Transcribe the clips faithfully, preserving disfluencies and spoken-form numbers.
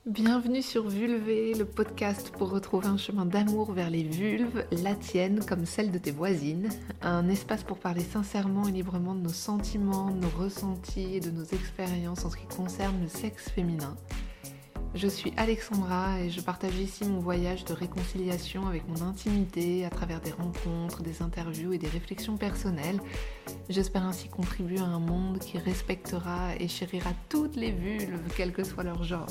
Bienvenue sur Vulvé, le podcast pour retrouver un chemin d'amour vers les vulves, la tienne comme celle de tes voisines. Un espace pour parler sincèrement et librement de nos sentiments, de nos ressentis et de nos expériences en ce qui concerne le sexe féminin. Je suis Alexandra et je partage ici mon voyage de réconciliation avec mon intimité à travers des rencontres, des interviews et des réflexions personnelles. J'espère ainsi contribuer à un monde qui respectera et chérira toutes les vulves, quel que soit leur genre.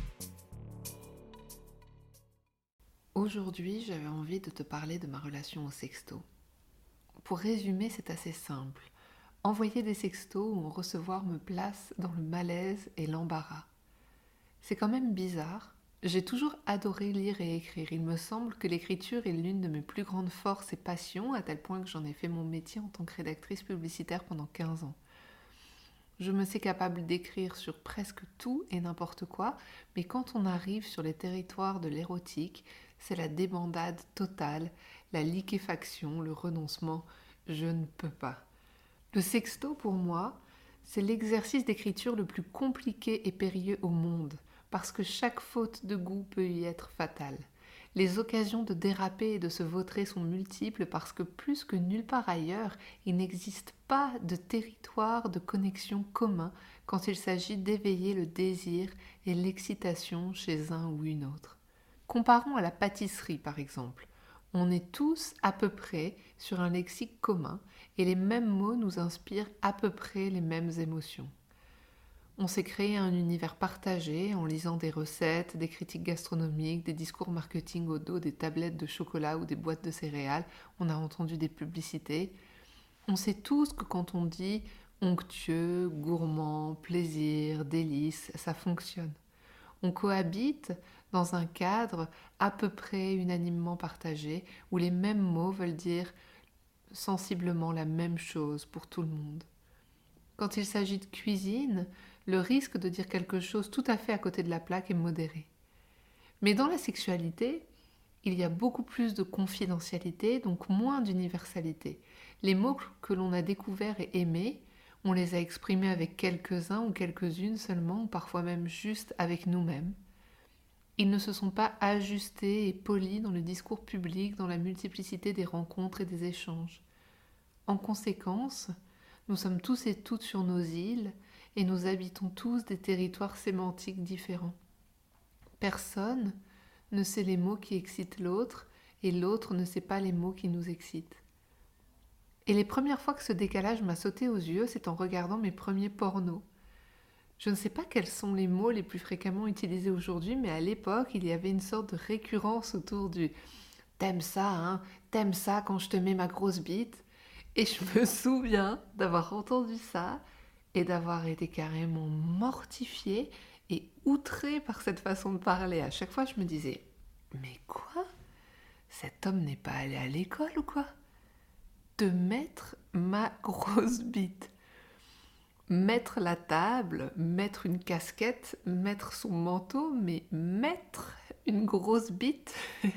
Aujourd'hui, j'avais envie de te parler de ma relation au sexto. Pour résumer, c'est assez simple. Envoyer des sextos ou en recevoir me place dans le malaise et l'embarras. C'est quand même bizarre. J'ai toujours adoré lire et écrire. Il me semble que l'écriture est l'une de mes plus grandes forces et passions, à tel point que j'en ai fait mon métier en tant que rédactrice publicitaire pendant quinze ans. Je me sais capable d'écrire sur presque tout et n'importe quoi, mais quand on arrive sur les territoires de l'érotique, c'est la débandade totale, la liquéfaction, le renoncement. Je ne peux pas. Le sexto, pour moi, c'est l'exercice d'écriture le plus compliqué et périlleux au monde, parce que chaque faute de goût peut y être fatale. Les occasions de déraper et de se vautrer sont multiples parce que plus que nulle part ailleurs, il n'existe pas de territoire de connexion commun quand il s'agit d'éveiller le désir et l'excitation chez un ou une autre. Comparons à la pâtisserie par exemple. On est tous à peu près sur un lexique commun et les mêmes mots nous inspirent à peu près les mêmes émotions. On s'est créé un univers partagé en lisant des recettes, des critiques gastronomiques, des discours marketing au dos des tablettes de chocolat ou des boîtes de céréales. On a entendu des publicités. On sait tous que quand on dit onctueux, gourmand, plaisir, délice, ça fonctionne. On cohabite dans un cadre à peu près unanimement partagé où les mêmes mots veulent dire sensiblement la même chose pour tout le monde. Quand il s'agit de cuisine, le risque de dire quelque chose tout à fait à côté de la plaque est modéré. Mais dans la sexualité, il y a beaucoup plus de confidentialité, donc moins d'universalité. Les mots que l'on a découverts et aimés, on les a exprimés avec quelques-uns ou quelques-unes seulement, ou parfois même juste avec nous-mêmes. Ils ne se sont pas ajustés et polis dans le discours public, dans la multiplicité des rencontres et des échanges. En conséquence, nous sommes tous et toutes sur nos îles et nous habitons tous des territoires sémantiques différents. Personne ne sait les mots qui excitent l'autre et l'autre ne sait pas les mots qui nous excitent. Et les premières fois que ce décalage m'a sauté aux yeux, c'est en regardant mes premiers pornos. Je ne sais pas quels sont les mots les plus fréquemment utilisés aujourd'hui, mais à l'époque, il y avait une sorte de récurrence autour du « t'aimes ça, hein, t'aimes ça quand je te mets ma grosse bite ?» Et je me souviens d'avoir entendu ça et d'avoir été carrément mortifiée et outrée par cette façon de parler. À chaque fois, je me disais « Mais quoi ? Cet homme n'est pas allé à l'école ou quoi ? De mettre ma grosse bite ?» Mettre la table, mettre une casquette, mettre son manteau, mais mettre une grosse bite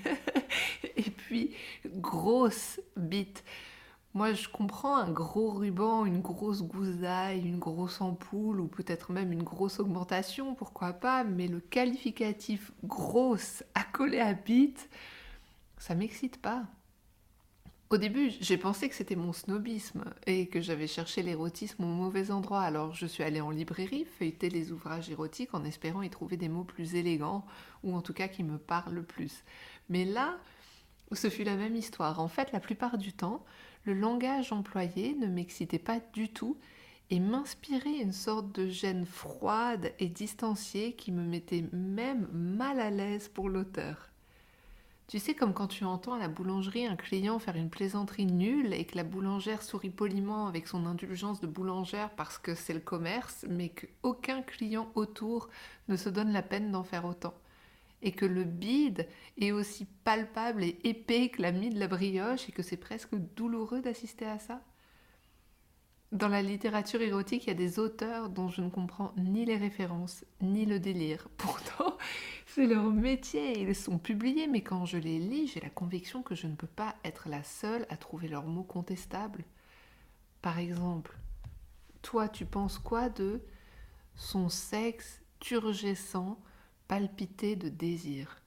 et puis grosse bite. Moi, je comprends un gros ruban, une grosse gousaille, une grosse ampoule ou peut-être même une grosse augmentation, pourquoi pas, mais le qualificatif grosse accolé à bite, ça m'excite pas. Au début, j'ai pensé que c'était mon snobisme et que j'avais cherché l'érotisme au mauvais endroit. Alors je suis allée en librairie, feuilleter les ouvrages érotiques en espérant y trouver des mots plus élégants ou en tout cas qui me parlent plus. Mais là, ce fut la même histoire. En fait, la plupart du temps, le langage employé ne m'excitait pas du tout et m'inspirait une sorte de gêne froide et distanciée qui me mettait même mal à l'aise pour l'auteur. Tu sais, comme quand tu entends à la boulangerie un client faire une plaisanterie nulle et que la boulangère sourit poliment avec son indulgence de boulangère parce que c'est le commerce, mais qu'aucun client autour ne se donne la peine d'en faire autant. Et que le bide est aussi palpable et épais que la mie de la brioche et que c'est presque douloureux d'assister à ça. Dans la littérature érotique, il y a des auteurs dont je ne comprends ni les références, ni le délire. Pourtant, c'est leur métier, ils sont publiés, mais quand je les lis, j'ai la conviction que je ne peux pas être la seule à trouver leurs mots contestables. Par exemple, toi, tu penses quoi de son sexe turgescent, palpiter de désir.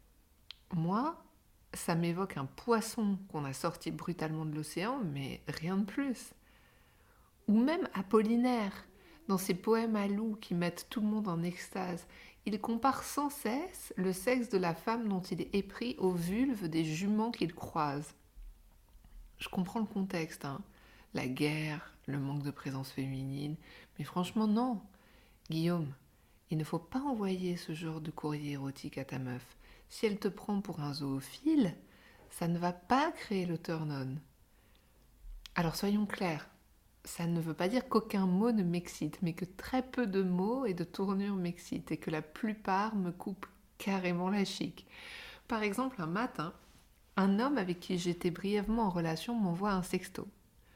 Moi, ça m'évoque un poisson qu'on a sorti brutalement de l'océan, mais rien de plus. Ou même Apollinaire, dans ses poèmes à loup qui mettent tout le monde en extase, il compare sans cesse le sexe de la femme dont il est épris aux vulves des juments qu'il croise. Je comprends le contexte, hein. La guerre, le manque de présence féminine, mais franchement non. Guillaume, il ne faut pas envoyer ce genre de courrier érotique à ta meuf. Si elle te prend pour un zoophile, ça ne va pas créer le turn-on. Alors soyons clairs, ça ne veut pas dire qu'aucun mot ne m'excite, mais que très peu de mots et de tournures m'excitent et que la plupart me coupent carrément la chic. Par exemple, un matin, un homme avec qui j'étais brièvement en relation m'envoie un sexto.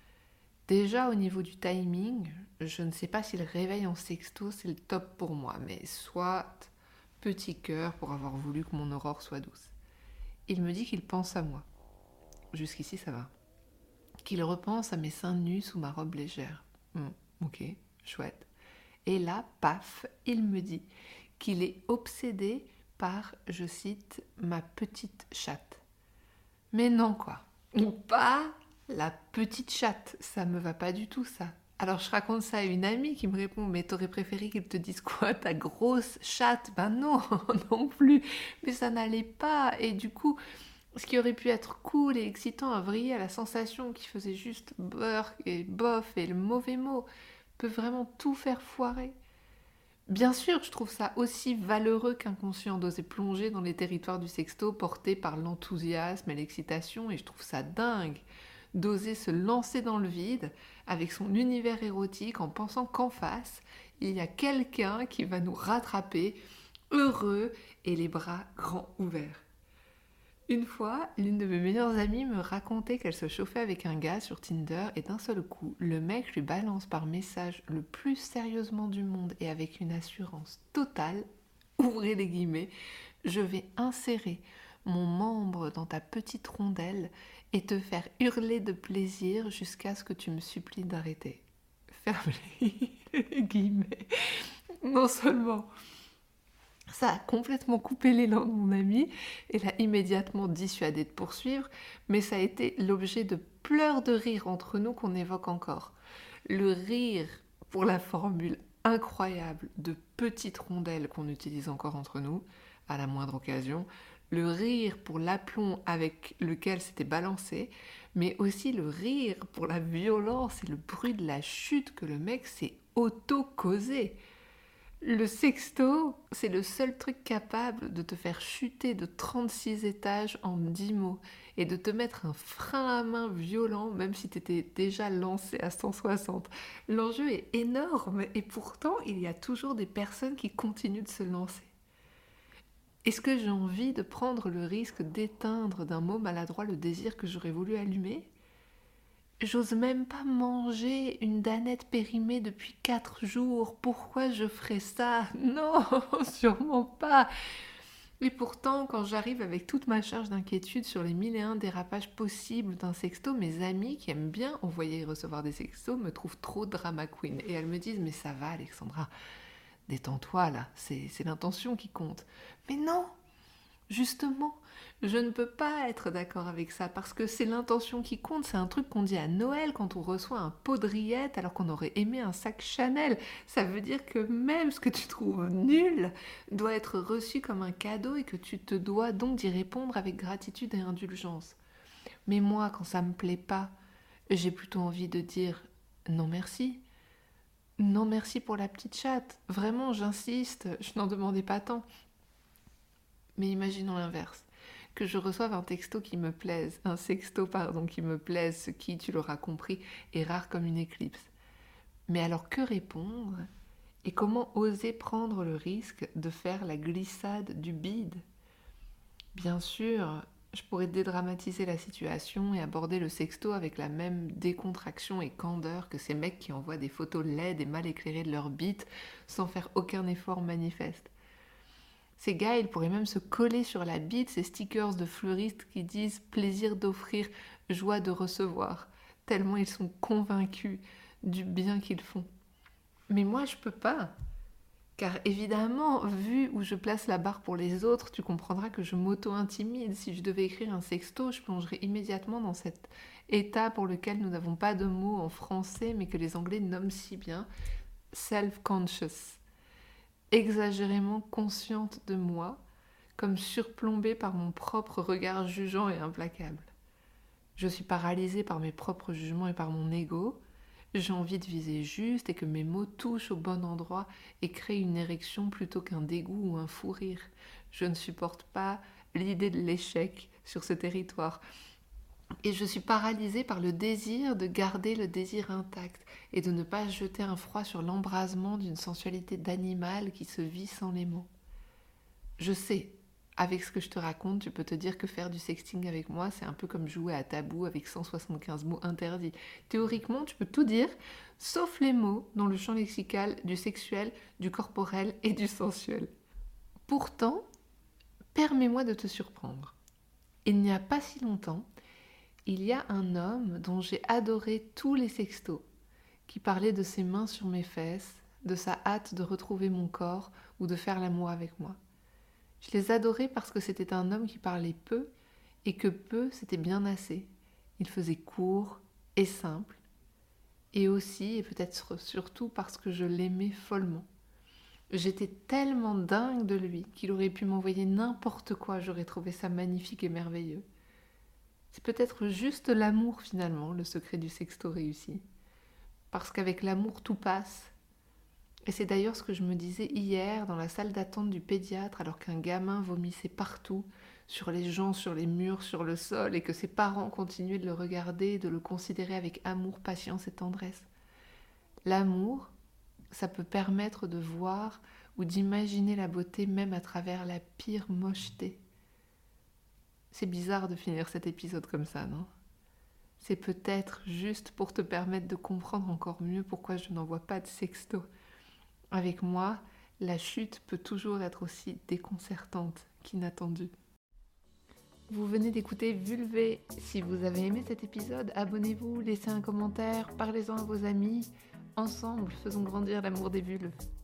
Déjà au niveau du timing, je ne sais pas si le réveil en sexto c'est le top pour moi, mais soit petit cœur pour avoir voulu que mon aurore soit douce. Il me dit qu'il pense à moi. Jusqu'ici ça va. Qu'il repense à mes seins nus sous ma robe légère. Hum, ok, chouette. Et là, paf, il me dit qu'il est obsédé par, je cite, ma petite chatte. Mais non quoi, ou pas la petite chatte, ça me va pas du tout ça. Alors je raconte ça à une amie qui me répond, mais t'aurais préféré qu'il te dise quoi, ta grosse chatte? Ben non, non plus, mais ça n'allait pas. Et du coup, ce qui aurait pu être cool et excitant a vrillé à la sensation qui faisait juste beurre et bof et le mauvais mot peut vraiment tout faire foirer. Bien sûr, je trouve ça aussi valeureux qu'inconscient d'oser plonger dans les territoires du sexto portés par l'enthousiasme et l'excitation, et je trouve ça dingue d'oser se lancer dans le vide avec son univers érotique en pensant qu'en face, il y a quelqu'un qui va nous rattraper, heureux et les bras grands ouverts. Une fois, l'une de mes meilleures amies me racontait qu'elle se chauffait avec un gars sur Tinder et d'un seul coup, le mec lui balance par message le plus sérieusement du monde et avec une assurance totale, ouvrez les guillemets, je vais insérer mon membre dans ta petite rondelle et te faire hurler de plaisir jusqu'à ce que tu me supplies d'arrêter. Ferme les guillemets. Non seulement ça a complètement coupé l'élan de mon ami et l'a immédiatement dissuadé de poursuivre, mais ça a été l'objet de pleurs de rire entre nous qu'on évoque encore. Le rire pour la formule incroyable de petite rondelle qu'on utilise encore entre nous, à la moindre occasion, le rire pour l'aplomb avec lequel c'était balancé, mais aussi le rire pour la violence et le bruit de la chute que le mec s'est auto-causé. Le sexto, c'est le seul truc capable de te faire chuter de trente-six étages en dix mots et de te mettre un frein à main violent même si tu étais déjà lancé à cent soixante. L'enjeu est énorme et pourtant il y a toujours des personnes qui continuent de se lancer. Est-ce que j'ai envie de prendre le risque d'éteindre d'un mot maladroit le désir que j'aurais voulu allumer ? J'ose même pas manger une danette périmée depuis quatre jours. Pourquoi je ferais ça? Non, sûrement pas. Et pourtant, quand j'arrive avec toute ma charge d'inquiétude sur les mille et un dérapages possibles d'un sexto, mes amis qui aiment bien envoyer et recevoir des sextos me trouvent trop drama queen. Et elles me disent, mais ça va Alexandra, détends-toi là, c'est, c'est l'intention qui compte. Mais non! Justement, je ne peux pas être d'accord avec ça parce que c'est l'intention qui compte. C'est un truc qu'on dit à Noël quand on reçoit un pot de rillettes alors qu'on aurait aimé un sac Chanel. Ça veut dire que même ce que tu trouves nul doit être reçu comme un cadeau et que tu te dois donc d'y répondre avec gratitude et indulgence. Mais moi, quand ça me plaît pas, j'ai plutôt envie de dire non merci. Non merci pour la petite chatte. Vraiment, j'insiste, je n'en demandais pas tant. Mais imaginons l'inverse, que je reçoive un texto qui me plaise, un sexto pardon qui me plaise, ce qui, tu l'auras compris, est rare comme une éclipse. Mais alors que répondre? Et comment oser prendre le risque de faire la glissade du bide? Bien sûr, je pourrais dédramatiser la situation et aborder le sexto avec la même décontraction et candeur que ces mecs qui envoient des photos laides et mal éclairées de leur bite sans faire aucun effort manifeste. Ces gars, ils pourraient même se coller sur la bite ces stickers de fleuristes qui disent « plaisir d'offrir, joie de recevoir », tellement ils sont convaincus du bien qu'ils font. Mais moi, je peux pas. Car évidemment, vu où je place la barre pour les autres, tu comprendras que je m'auto-intimide. Si je devais écrire un sexto, je plongerais immédiatement dans cet état pour lequel nous n'avons pas de mots en français, mais que les Anglais nomment si bien self-conscious. Exagérément consciente de moi, comme surplombée par mon propre regard jugeant et implacable. Je suis paralysée par mes propres jugements et par mon ego. J'ai envie de viser juste et que mes mots touchent au bon endroit et créent une érection plutôt qu'un dégoût ou un fou rire. Je ne supporte pas l'idée de l'échec sur ce territoire. Et je suis paralysée par le désir de garder le désir intact et de ne pas jeter un froid sur l'embrasement d'une sensualité d'animal qui se vit sans les mots. Je sais, avec ce que je te raconte, tu peux te dire que faire du sexting avec moi, c'est un peu comme jouer à tabou avec cent soixante-quinze mots interdits. Théoriquement, tu peux tout dire, sauf les mots dans le champ lexical du sexuel, du corporel et du sensuel. Pourtant, permets-moi de te surprendre. Il n'y a pas si longtemps, il y a un homme dont j'ai adoré tous les sextos, qui parlait de ses mains sur mes fesses, de sa hâte de retrouver mon corps ou de faire l'amour avec moi. Je les adorais parce que c'était un homme qui parlait peu et que peu, c'était bien assez. Il faisait court et simple. Et aussi, et peut-être surtout, parce que je l'aimais follement. J'étais tellement dingue de lui qu'il aurait pu m'envoyer n'importe quoi, j'aurais trouvé ça magnifique et merveilleux. C'est peut-être juste l'amour finalement, le secret du sexto réussi. Parce qu'avec l'amour, tout passe. Et c'est d'ailleurs ce que je me disais hier dans la salle d'attente du pédiatre alors qu'un gamin vomissait partout, sur les gens, sur les murs, sur le sol, et que ses parents continuaient de le regarder et de le considérer avec amour, patience et tendresse. L'amour, ça peut permettre de voir ou d'imaginer la beauté même à travers la pire mocheté. C'est bizarre de finir cet épisode comme ça, non ? C'est peut-être juste pour te permettre de comprendre encore mieux pourquoi je n'envoie pas de sexto. Avec moi, la chute peut toujours être aussi déconcertante qu'inattendue. Vous venez d'écouter Vulvé. Si vous avez aimé cet épisode, abonnez-vous, laissez un commentaire, parlez-en à vos amis. Ensemble, faisons grandir l'amour des vulves.